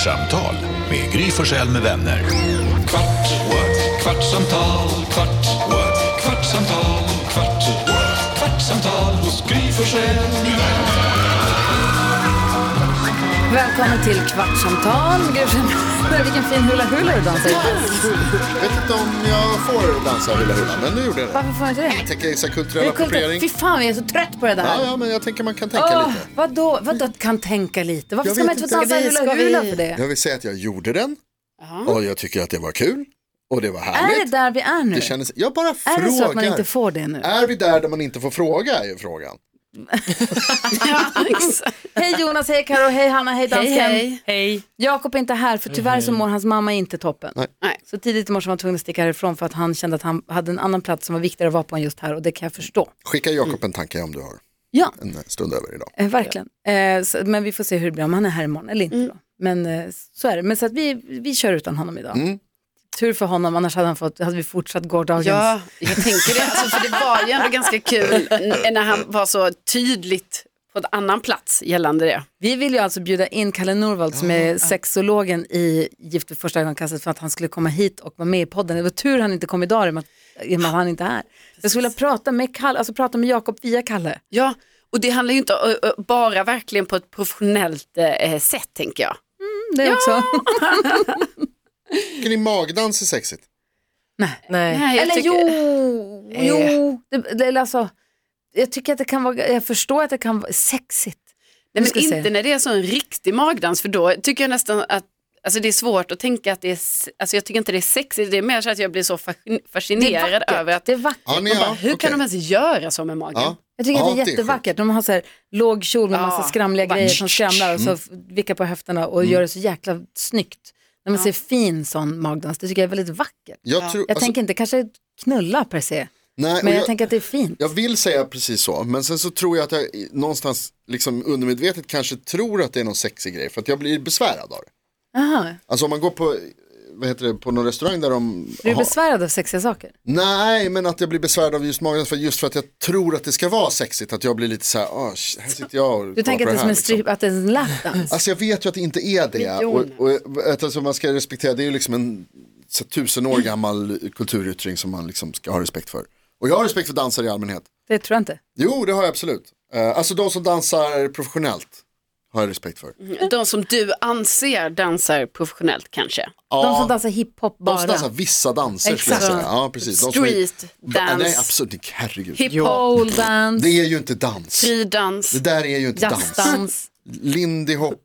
Kvartsamtal med Gry Forssell med vänner. Kvart, what? Kvartsamtal, kvart, what? Kvartsamtal, kvart, what? Kvartsamtal hos Gry Forssell med vänner. Välkommen till Kvartsamtal. Vilken fin hula-hula du dansar. Jag vet inte om jag får dansa hula-hula, men nu gjorde jag det. Varför får jag inte det? Jag tänker så kulturell appropriering. Fy fan, jag är så trött på det där. Ja, men jag tänker man kan tänka lite. Vadå kan tänka lite? Varför ska man inte få dansa hula-hula för det? Jag vill säga att jag gjorde den. Och jag tycker att det var kul. Och det var härligt. Är det där vi är nu? Det kändes, jag bara frågar. Är det så att man inte får det nu? Är vi där man inte får fråga, är ju frågan. Hej Jonas, hej Karo, hej Hanna, hej dansken. Hej. Jakob är inte här för tyvärr så mår hans mamma inte toppen. Nej. Så tidigt i morse var han tvungen att sticka härifrån för att han kände att han hade en annan plats som var viktigare att vara på än just här, och det kan jag förstå. Skicka Jakob en tanke om du har en stund över idag. Verkligen. Men vi får se hur det blir, om han är här imorgon eller inte då. Men så är det. Men så att vi kör utan honom idag. Tur för honom, annars hade vi fortsatt gårdagens. Ja, jag tänker det. Alltså, för det var ju ändå ganska kul när han var så tydligt på en annan plats gällande det. Vi vill ju alltså bjuda in Kalle Norvald som är sexologen i Gift vid första ögonkastet för att han skulle komma hit och vara med i podden. Det var tur han inte kom idag i och med att han inte är här. Jag skulle vilja prata med Kalle, alltså prata med Jakob via Kalle. Ja, och det handlar ju inte bara verkligen på ett professionellt sätt, tänker jag. Det också. Tycker ni magdans är sexigt? Nej. Eller alltså, jag tycker att det kan vara, jag förstår att det kan vara sexigt. Nej, men inte när det är så en riktig magdans, för då tycker jag nästan att alltså det är svårt att tänka att det är, alltså jag tycker inte det är sexigt, det är mer så att jag blir så fascinerad över att det är vackert. Hur kan de ens göra så med magen? Ja. Jag tycker att det är jättevackert. De har så här låg kjol med massa skramliga grejer som skramlar och så vickar på höfterna och gör det så jäkla snyggt. När man ser fin sån magdans, det tycker jag är väldigt vackert. Jag tänker inte kanske knulla per se. Nej, men jag tänker att det är fint. Jag vill säga precis så, men sen så tror jag att jag någonstans liksom undermedvetet kanske tror att det är någon sexig grej, för att jag blir besvärad av det. Aha. Alltså om man går på, på någon restaurang där de blir du besvärad av sexiga saker? Nej, men att jag blir besvärad av just magen för att jag tror att det ska vara sexigt, att jag blir lite så här, här sitter jag och du tänker att det är som en strip, att det är en lapdans? Alltså jag vet ju att det inte är det, och alltså, man ska respektera, det är ju liksom en 1000 år gammal kulturyttring som man liksom ska ha respekt för. Och jag har respekt för dansare i allmänhet. Det tror jag inte. Jo, det har jag absolut. Alltså de som dansar professionellt har jag respekt för. De som du anser dansar professionellt kanske. Ja, de som dansar hiphop bara. De som dansar vissa danser skulle jag säga. Ja, precis. Street dance. Nej, absolut. Herregud. Hiphop dans. Det är ju inte dans. Fridans. Det där är ju inte dans. Lindy hop.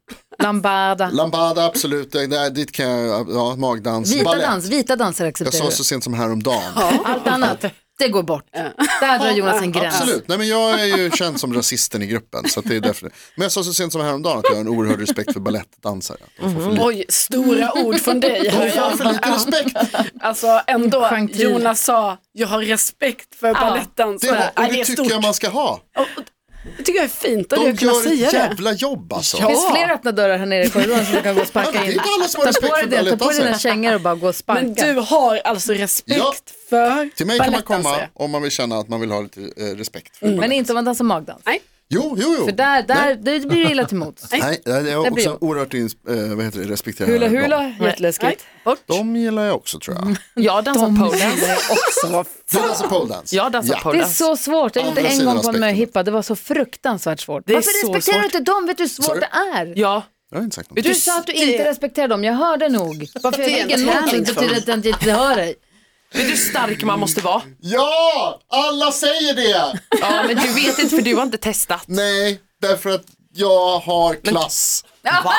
Lambada, absolut. Dit kan jag, magdans. Vita danser accepterar jag sa så sent som häromdagen. Allt annat, det går bort. Där drar Jonas en gräns. Absolut, nej men jag är ju känd som rasisten i gruppen, så att det är därför. Men jag sa så sent som häromdagen att jag har en oerhörd respekt för balettdansare. Oj, stora ord från dig. De får för lite respekt. Alltså ändå, Jonas sa, jag har respekt för balettdansare. Det tycker jag man ska ha. Det tycker jag är fint att de jag kan säga det. De gör ett jävla jobb alltså. Det finns fler öppna dörrar här nere i korridoren som du kan gå och sparka in. Ta på dina kängor och bara gå och sparka. Men du har alltså respekt för till mig kan man komma om man vill känna att man vill ha lite respekt för men inte om man dansar magdans. Nej. Jo. För där det blir illa till mots. Nej, det är också oerhört respekterat. Hula, jätteläskigt. De gillar jag också, tror jag. Jag dansar pole dance också. Du dansar pole dance? Jag dansar pole dance. Det är så svårt. Jag gjorde en gång på en möhippa. Det var så fruktansvärt svårt. Varför respekterar du inte dem? Vet du hur svårt det är? Ja. Jag har inte sagt något. Du sa att du inte respekterar dem. Jag hörde nog. Varför jag lägger någonting betyder att jag inte hör dig. Vet du hur stark man måste vara? Ja, alla säger det. Ja, men du vet inte för du har inte testat. Nej, därför att jag har klass. Va?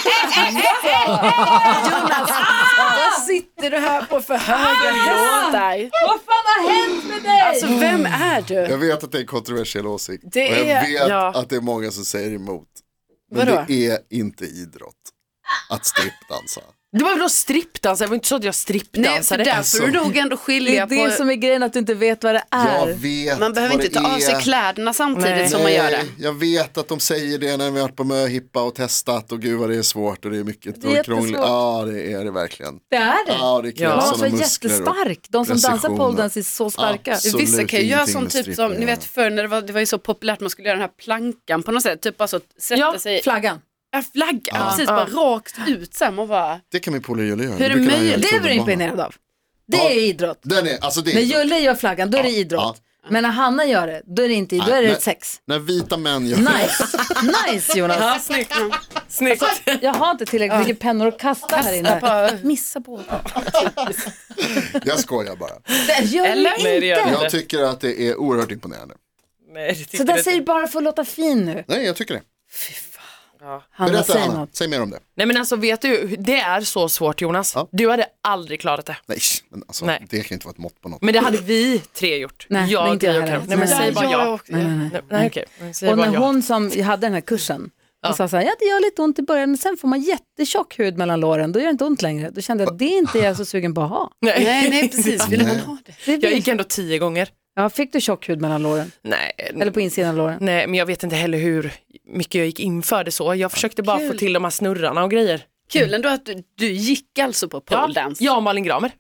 Jonas, vad sitter du här på för höga låtar? Vad fan har hänt med dig? Alltså, vem är du? Jag vet att det är en kontroversiell åsikt. Och jag vet att det är många som säger emot. Men det är inte idrott att strippdansa. Det var väl då strippdans, det var inte så att jag strippdansade. Nej, för där får du nog ändå skilja på. Det är det som är grejen, att du inte vet vad det är. Jag vet. Man behöver inte ta av sig kläderna samtidigt som man gör det. Jag vet att de säger det när vi har varit på möhippa och testat och gud vad det är svårt och det är mycket och krångligt. Ja, det är det verkligen. Det är det. Ja, det krävs sådana muskler. Jättestark. De som dansar pole dance är så starka. Absolut. Vissa kan ju göra sån typ som, ni vet förr när det var ju så populärt, man skulle göra den här plankan på något sätt. Typ alltså sätta sig. Flaggan. Flaggan, precis, bara rakt ut sen och bara... Det kan min polare Julle göra. Hur är det möjligt? Det är du imponerad av. Det är idrott. Det är när Julle gör flaggan, då är det idrott. Men när Hanna gör det, då är det inte, då är det sex. När vita män gör Nice Jonas. Ja, snyggt. Alltså, jag har inte tillräckligt mycket pennor att kasta här inne. Missa på. Jag skojar bara. Det gör inte. Jag tycker att det är oerhört imponerande. Nej, så där säger du bara för att låta fin nu. Nej, jag tycker det. Fy fan. Hanna, berätta Hanna, säg mer om det. Nej men alltså vet du, det är så svårt Jonas. Du hade aldrig klarat det. Nej, men alltså, det kan inte vara ett mått på något. Men det hade vi 3 gjort. Nej, inte jag heller. Nej men säg bara ja. Nej, okej. Och när hon som hade den här kursen och sa så här, det gör lite ont i början men sen får man jättetjock hud mellan låren, då gör det inte ont längre. Då kände jag att det inte är jag så sugen på att ha. Nej precis, vill man ha det? Jag gick ändå 10 gånger. Ja, fick du tjock hud mellan låren? Nej. Eller på insidan av låren? Nej, men jag vet inte heller hur mycket jag gick inför det så. Jag försökte bara få till de här snurrarna och grejer. Kul ändå att du gick alltså på pole dance. Ja, Malin Gramer.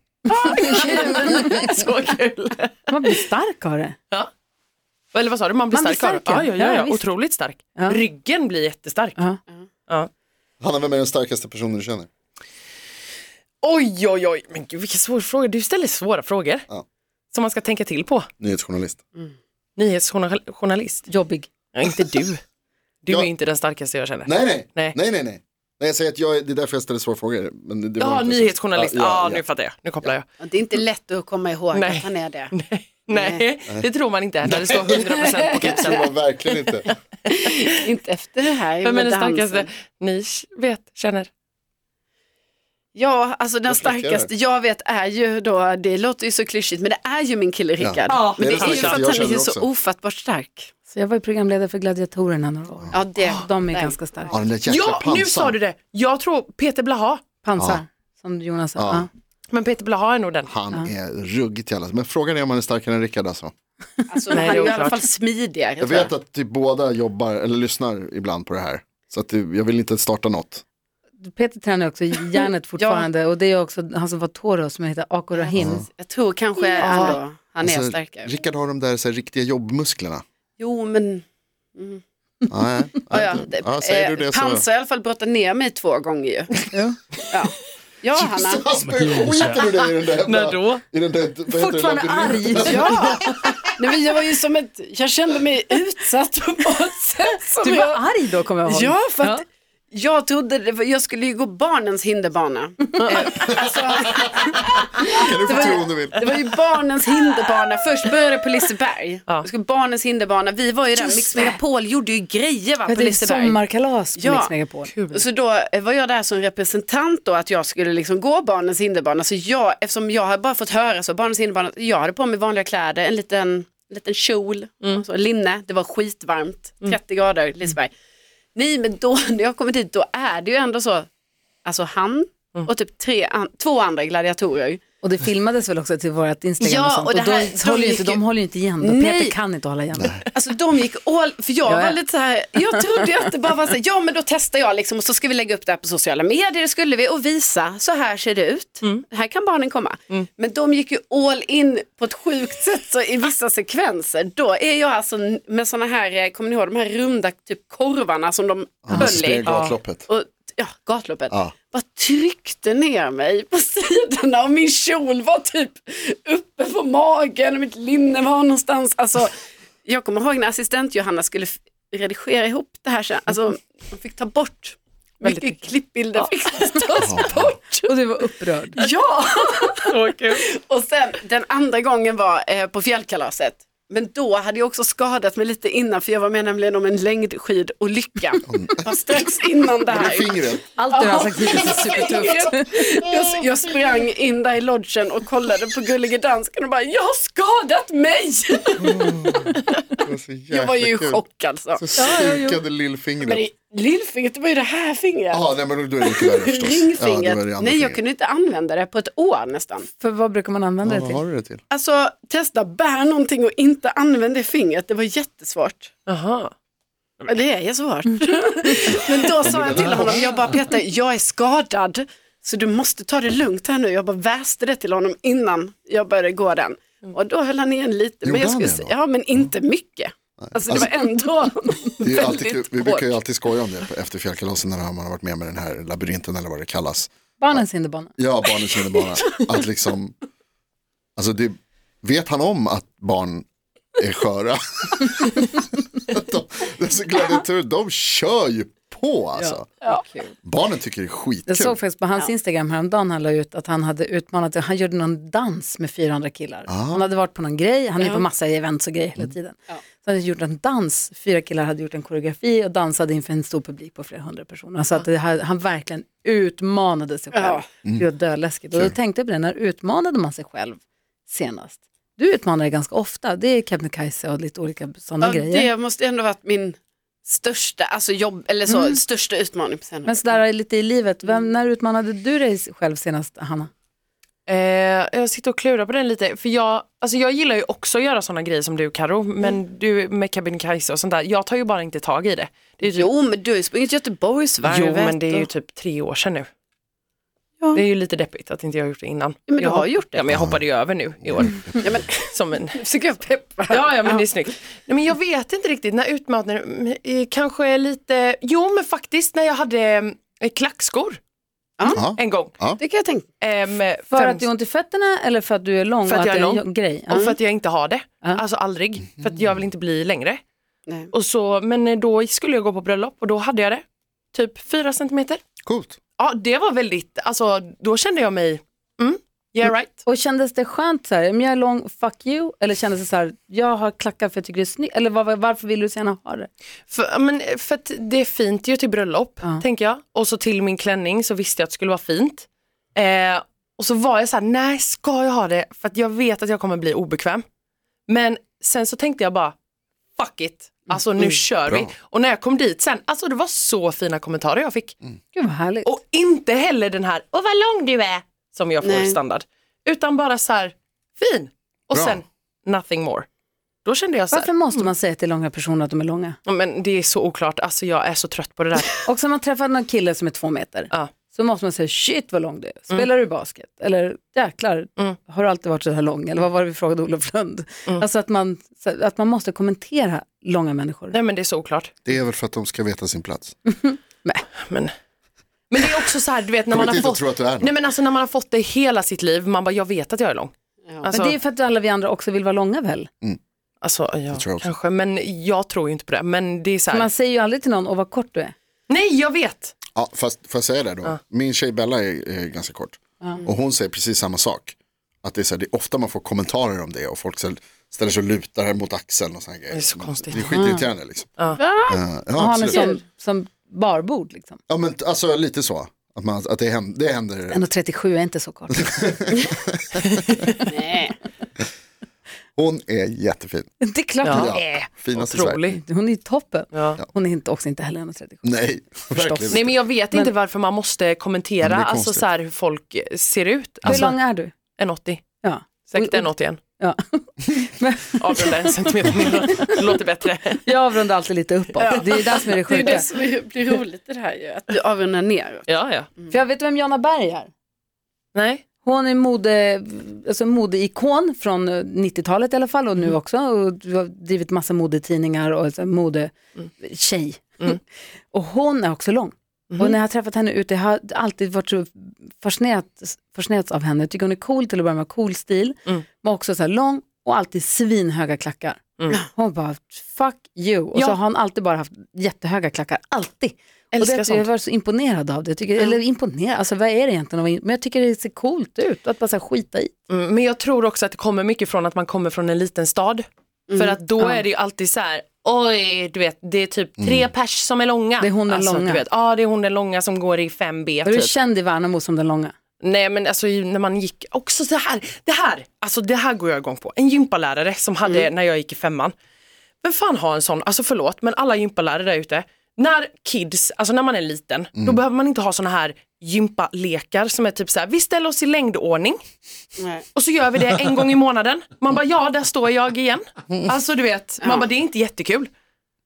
Så kul. Man blir stark av det. Ja. Eller vad sa du? Man blir stark av det. Ja. Otroligt stark. Ja. Ryggen blir jättestark. Ja. Hanna, vem är den starkaste personen du känner? Oj. Men gud, vilken svår fråga. Du ställer svåra frågor. Ja. Som man ska tänka till på. Nyhetsjournalist. Nyhetsjournalist. Jobbig. Ja, inte du. Du är inte den starkaste jag känner. Nej. Jag säger att det är därför jag ställer svåra frågor. Men det nyhetsjournalist. Nu fattar jag. Nu kopplar jag. Det är inte lätt att komma ihåg att han är det. Nej, det tror man inte när det står 100% på kepsen. Det tror man verkligen inte. Inte efter det här. Vem är den starkaste ni känner? Ja, alltså den starkaste jag vet är ju då, det låter ju så klyschigt, men det är ju min kille Rickard. Ja. Men det är ju för att han är så ofattbart stark. Så jag var ju programledare för Gladiatorerna några år. Ja, de är ganska starka. Ja, nu sa du det. Jag tror Peter Blaha. Pansar, som Jonas sa. Ja. Men Peter Blaha är nog den. Han är ruggigt jävla. Men frågan är om han är starkare än Rickard alltså. Alltså han är ju i alla fall smidigare. Jag vet att typ båda jobbar eller lyssnar ibland på det här. Så att jag vill inte starta något. Peter tränar också järnet fortfarande och det är också han som var Toro som heter Ako Rahim. Jag tror kanske ändå han är starkare. Rickard har de där så här, riktiga jobbmusklerna. Jo, men... Säger du det så? Pansar i alla fall brottat ner mig 2 gånger ju. Ja, Hanna. Skiter du det i den där? När då? I den där, fortfarande arg. Ja. Nej, men jag var ju jag kände mig utsatt på ett sätt som du var arg då, kommer jag ihåg. Ja, för att jag trodde jag skulle ju gå barnens hinderbana. Alltså, kan du få tro om du vill? Det var ju barnens hinderbana. Först började på Liseberg. Barnens hinderbana. Vi var ju där. Mix Megapol gjorde ju grejer på Liseberg. Sommarkalas på Mix Megapol. Så då var jag där som representant då att jag skulle liksom gå barnens hinderbana. Så eftersom jag hade bara fått höra så barnens hinderbana. Jag hade på mig vanliga kläder. En liten kjol. Så, linne. Det var skitvarmt. 30 grader Liseberg. Nej, men då när jag kommer dit då är det ju ändå så, alltså han och typ 2 andra gladiatorer. Och det filmades väl också till vårt Instagram och sånt. Och de håller ju inte igen. Peter kan inte hålla igen. Nej. Alltså de gick för jag var lite så här, jag trodde att det bara var så här, ja men då testar jag liksom och så ska vi lägga upp det här på sociala medier, det skulle vi, och visa, så här ser det ut. Här kan barnen komma. Men de gick ju all in på ett sjukt sätt så i vissa sekvenser. Då är jag alltså med såna här, kommer ni ihåg de här runda typ korvarna som de höll i. Gatloppet. Bara tryckte ner mig på sidorna och min kjol var typ uppe på magen och mitt linne var någonstans. Alltså, jag kommer ihåg när assistent Johanna skulle redigera ihop det här sen. Alltså, de fick ta bort mycket klippbilder. Fick tas bort. Och du var upprörd. Ja! Så kul. Och sen den andra gången var på fjällkalaset. Men då hade jag också skadat mig lite innan, för jag var med nämligen om en längdskidolycka. Strax innan det här. Allt du har sagt hittills är supertufft. Jag sprang in där i lodgen och kollade på Gullige Dansken och bara, jag har skadat mig! Jag var ju i chock alltså. Så stukade lillfingret. Men lillfingret, det var ju det här fingret. Ja, nej, men då är det mycket värre förstås. Ringfingret. Nej, jag kunde inte använda det på ett år nästan. För vad brukar man använda det till? Vad har du det till? Alltså, testa bär någonting och inte använda det fingret. Det var jättesvårt. Aha. Det är svårt. Men då sa jag till honom, jag bara, Peter, jag är skadad. Så du måste ta det lugnt här nu. Jag bara väste det till honom innan jag började gå den. Och då höll han igen lite. Men men inte mycket. Alltså det var ändå det är alltid kul. Vi brukar ju alltid skoja om det efter fjällkalasen när man har varit med den här labyrinten eller vad det kallas. Barnens hinderbana. Ja, barnens hinderbana. Att liksom, alltså vet han om att barn är sköra? Dessa gladiatorer, de kör ju på alltså. Ja. Barnen tycker det är skitkul. Jag såg faktiskt på hans Instagram häromdagen, han la ut att han hade utmanat, han gjorde någon dans med 400 killar. Han hade varit på någon grej, han är på massa events och grejer hela tiden. Så han hade gjort en dans, 4 killar hade gjort en koreografi och dansade inför en stor publik på flera hundra personer. Så att han verkligen utmanade sig själv. Det var döläskigt. Och då tänkte jag på det, när utmanade man sig själv senast? Du utmanar dig ganska ofta, det är Kebnekaise och lite olika sådana grejer. Det måste ändå varit min största, alltså jobb, eller så, största utmaning på scenen. Men sådär lite i livet, när utmanade du dig själv senast, Hanna? Jag sitter och klurar på den lite, för jag gillar ju också att göra sådana grejer som du, Karo, men du med Kebnekaise och sånt där, jag tar ju bara inte tag i det. Det är typ... Jo, men du har ju sprungit Göteborgsvarvet. Jo, men det är ju typ 3 år sedan nu. Ja. Det är ju lite deppigt att inte jag har gjort det innan. Ja, men du har gjort det. Ja, men jag hoppade ju över nu i år. Ja, men som en... Försöker jag peppa. Ja, men det är snyggt. Nej, men jag vet inte riktigt, när utmaningen kanske lite... Jo, men faktiskt när jag hade klackskor. En gång. Det kan jag tänka. För att du har ont i fötterna eller för att du är lång? För att jag är lång. En grej? Och för att jag inte har det. Alltså aldrig. För att jag vill inte bli längre. Nej. Och så, men då skulle jag gå på bröllop och då hade jag det. Typ 4 centimeter. Coolt. Ja, det var väldigt, alltså då kände jag mig, yeah right. Och kändes det skönt så här, om jag är lång, fuck you? Eller kändes det så här, jag har klackar för jag tycker det är snyggt? Eller varför vill du så gärna ha det? För att det är fint ju till bröllop, tänker jag. Och så till min klänning så visste jag att det skulle vara fint. Och så var jag så här, nej, ska jag ha det? För att jag vet att jag kommer bli obekväm. Men sen så tänkte jag bara, fuck it. Alltså nu kör vi. Och när jag kom dit sen, alltså det var så fina kommentarer jag fick. Gud vad härligt. Och inte heller den här, åh vad lång du är, som jag får standard. Utan bara så här, fin. Och sen, nothing more. Då kände jag så här. Varför måste man säga till långa personer att de är långa? Men det är så oklart, alltså jag är så trött på det där. Och så man träffar någon kille som är 2 meter. Så måste man säga, shit vad lång du är. Spelar du basket? Eller jäklar, har du alltid varit så här lång? Eller vad var det vi frågade Olof Lund? Alltså att man måste kommentera långa människor. Nej, men det är så oklart. Det är väl för att de ska veta sin plats. Men det är också så här, du vet, när man har fått... Nej, men alltså när man har fått det hela sitt liv, man bara, jag vet att jag är lång. Ja. Alltså, men det är för att alla vi andra också vill vara långa väl? Alltså, ja, kanske. Men jag tror ju inte på det. Men det är så här... Man säger ju aldrig till någon, och vad kort du är. Nej, jag vet. Ja, fast får jag säga det då? Min tjej Bella är ganska kort. Och hon säger precis samma sak. Att det är, så här, det är ofta man får kommentarer om det. Och folk ställer sig och lutar här mot axeln och såna grejer. Det är så konstigt. Det är skitirriterande liksom. Har ni som barbord liksom? Ja, men alltså lite så. Att det händer. 1,37 är inte så kort. Nej. Hon är jättefin. Det är klart hon är. Finast i Sverige. Hon är toppen. Hon är också inte heller 1,37. Nej, verkligen. Nej, men jag vet inte varför man måste kommentera alltså så här, hur folk ser ut. Alltså, hur lång är du? 1,80. Ja. Säkert 1,81. Ja. Avrunda 1 centimeter mindre. Det låter bättre. Jag avrundar alltid lite uppåt. Det är det som är det sjuka. Det är det som blir roligt det här ju. Att du avrundar ner. Ja. För jag vet vem Jonna Berg är. Nej. Hon är modeikon från 90-talet i alla fall och nu också. Och du har drivit massa modetidningar och modetjej. Och hon är också lång. Och när jag har träffat henne ute, jag har alltid varit så fascinerats av henne. Jag tycker hon är cool, till att börja med cool stil. Men också så här lång och alltid svinhöga klackar. Hon bara, fuck you. Och så har hon alltid bara haft jättehöga klackar. Alltid. Och jag var så imponerad av det. Jag tycker, eller imponerad, alltså vad är det egentligen? Men jag tycker det ser coolt ut att bara så här skita i. Men jag tror också att det kommer mycket från att man kommer från en liten stad. För att då är det ju alltid så här, oj, du vet, det är typ 3 pers som är långa. Det är hon den långa. Det är hon den långa som går i 5B. Är du känd i Värnamo som den långa? Nej, men alltså när man gick också det här går jag igång på. En gympalärare som hade när jag gick i 5:an. Vem fan har en sån, alltså förlåt, men alla gympalärare där ute. När kids, alltså när man är liten, då behöver man inte ha såna här gympalekar som är typ så här, vi ställer oss i längdordning. Nej. Och så gör vi det en gång i månaden. Man bara, ja, där står jag igen. Alltså du vet, man bara, det är inte jättekul.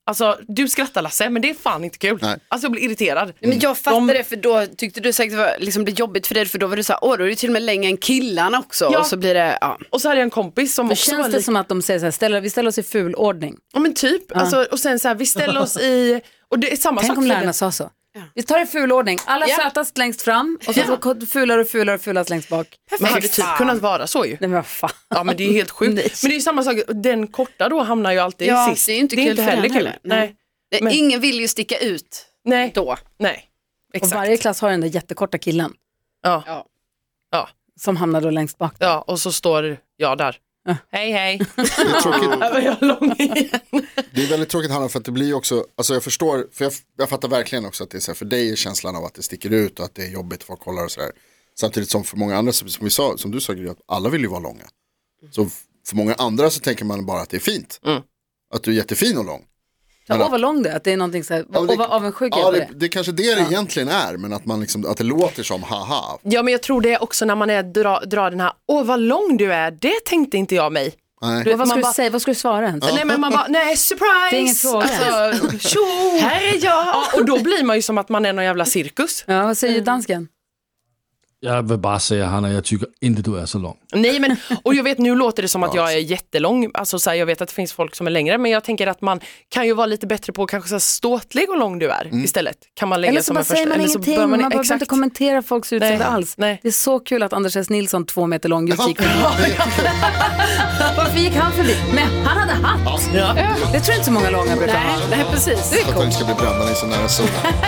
Alltså du skrattar Lasse, men det är fan inte kul. Nej. Alltså jag blir irriterad. Men jag fattar det, för då tyckte du säkert det var liksom det jobbigt för dig, för då var du så här, då är det till och med längre än killarna också. Ja. Och så blir det, Och så hade jag en kompis som Då också känns det som att de säger så här, vi ställer oss i ful ordning. Ja men typ, alltså, och sen så här, vi ställer oss i, och det är samma sak. Tänk om lärarna sa så. Vi tar i ful ordning, alla sötast längst fram och så fulare och fulast längst bak. Men hade typ kunnat vara så ju. Nej men vad fan. Ja men det är helt sjukt. Men det är ju samma sak, den korta då hamnar ju alltid sist. Det är inte kul för heller den heller. Nej. Men ingen vill ju sticka ut då. Nej, exakt. Och varje klass har den där jättekorta killen. Ja. Som hamnar då längst bak. Ja, och så står jag där. Hej. Det är tråkigt. Det är väldigt tråkigt Hanna, för att det blir också, alltså jag förstår, för jag fattar verkligen också att det är så här, för dig är känslan av att det sticker ut och att det är jobbigt att folk kollar och sådär. Samtidigt som för många andra, som du sa, att alla vill ju vara långa. Så för många andra så tänker man bara att det är fint. Att du är jättefin och lång. Vad lång det är, att det är någonting så här, och vad avundsjuk ja, det kanske det egentligen är, men att man liksom, att det låter som haha. Ja, men jag tror det också när man drar den här, vad lång du är, det tänkte inte jag mig. Vet, vad skulle du säga, vad skulle du svara ens? Nej men man bara, nej surprise. Det är ingen fråga. Alltså, här är jag. Ja, och då blir man ju som att man är någon jävla cirkus. Ja, vad säger dansken? Jag vill bara säga Hanna, jag tycker inte du är så lång. Nej men, och jag vet nu låter det som att jag är jättelång. Alltså så här, jag vet att det finns folk som är längre, men jag tänker att man kan ju vara lite bättre på kanske så här, ståtlig och lång du är istället. Kan man lägga eller så som bara en första, säger man eller så ingenting, bör man behöver inte kommentera folks utseende alls. Nej. Det är så kul att Anders S. Nilsson, 2 meter lång, just gick varför gick han förbi? Men han hade hatt. Ja. Det tror inte så många långa brukar ha. Nej, precis. Det är coolt. Att han ska bli brännande i så nära solen.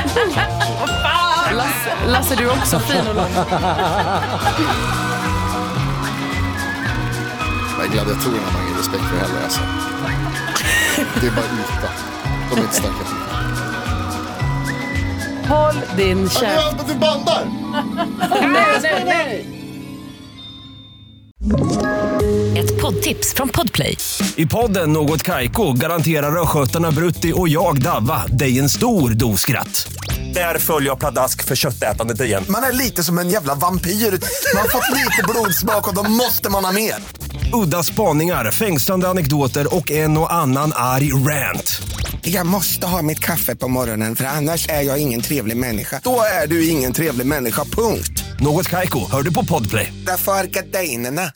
Lasse, du är också fin och lång. Men gladiatorerna har man ingen respekt för heller alltså. Det är bara yta. De är inte starka till. Håll din käft. Du bandar! Nej. Ett poddtips från Podplay. I podden Något Kaiko garanterar röskötarna Brutti och jag Davva dig en stor doskratt. Där följer jag pladask för köttätandet igen. Man är lite som en jävla vampyr. Man har fått lite blodsmak och då måste man ha mer. Udda spaningar, fängslande anekdoter och en och annan arg rant. Jag måste ha mitt kaffe på morgonen, för annars är jag ingen trevlig människa. Då är du ingen trevlig människa, punkt. Något Kaiko, hör du på Podplay. Därför är gardinerna.